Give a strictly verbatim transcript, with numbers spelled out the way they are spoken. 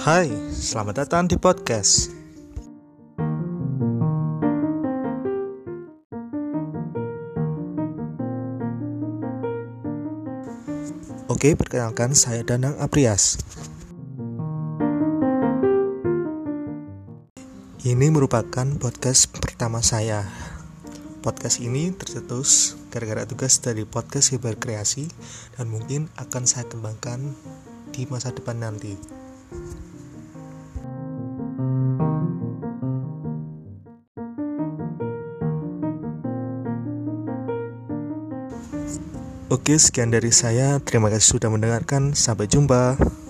Hai, selamat datang di podcast. Oke, perkenalkan saya Danang Aprias. Ini merupakan podcast pertama saya. Podcast ini tercetus gara-gara tugas dari podcast Hiperkreasi dan mungkin akan saya kembangkan di masa depan nanti. Oke, sekian dari saya. Terima kasih sudah mendengarkan. Sampai jumpa.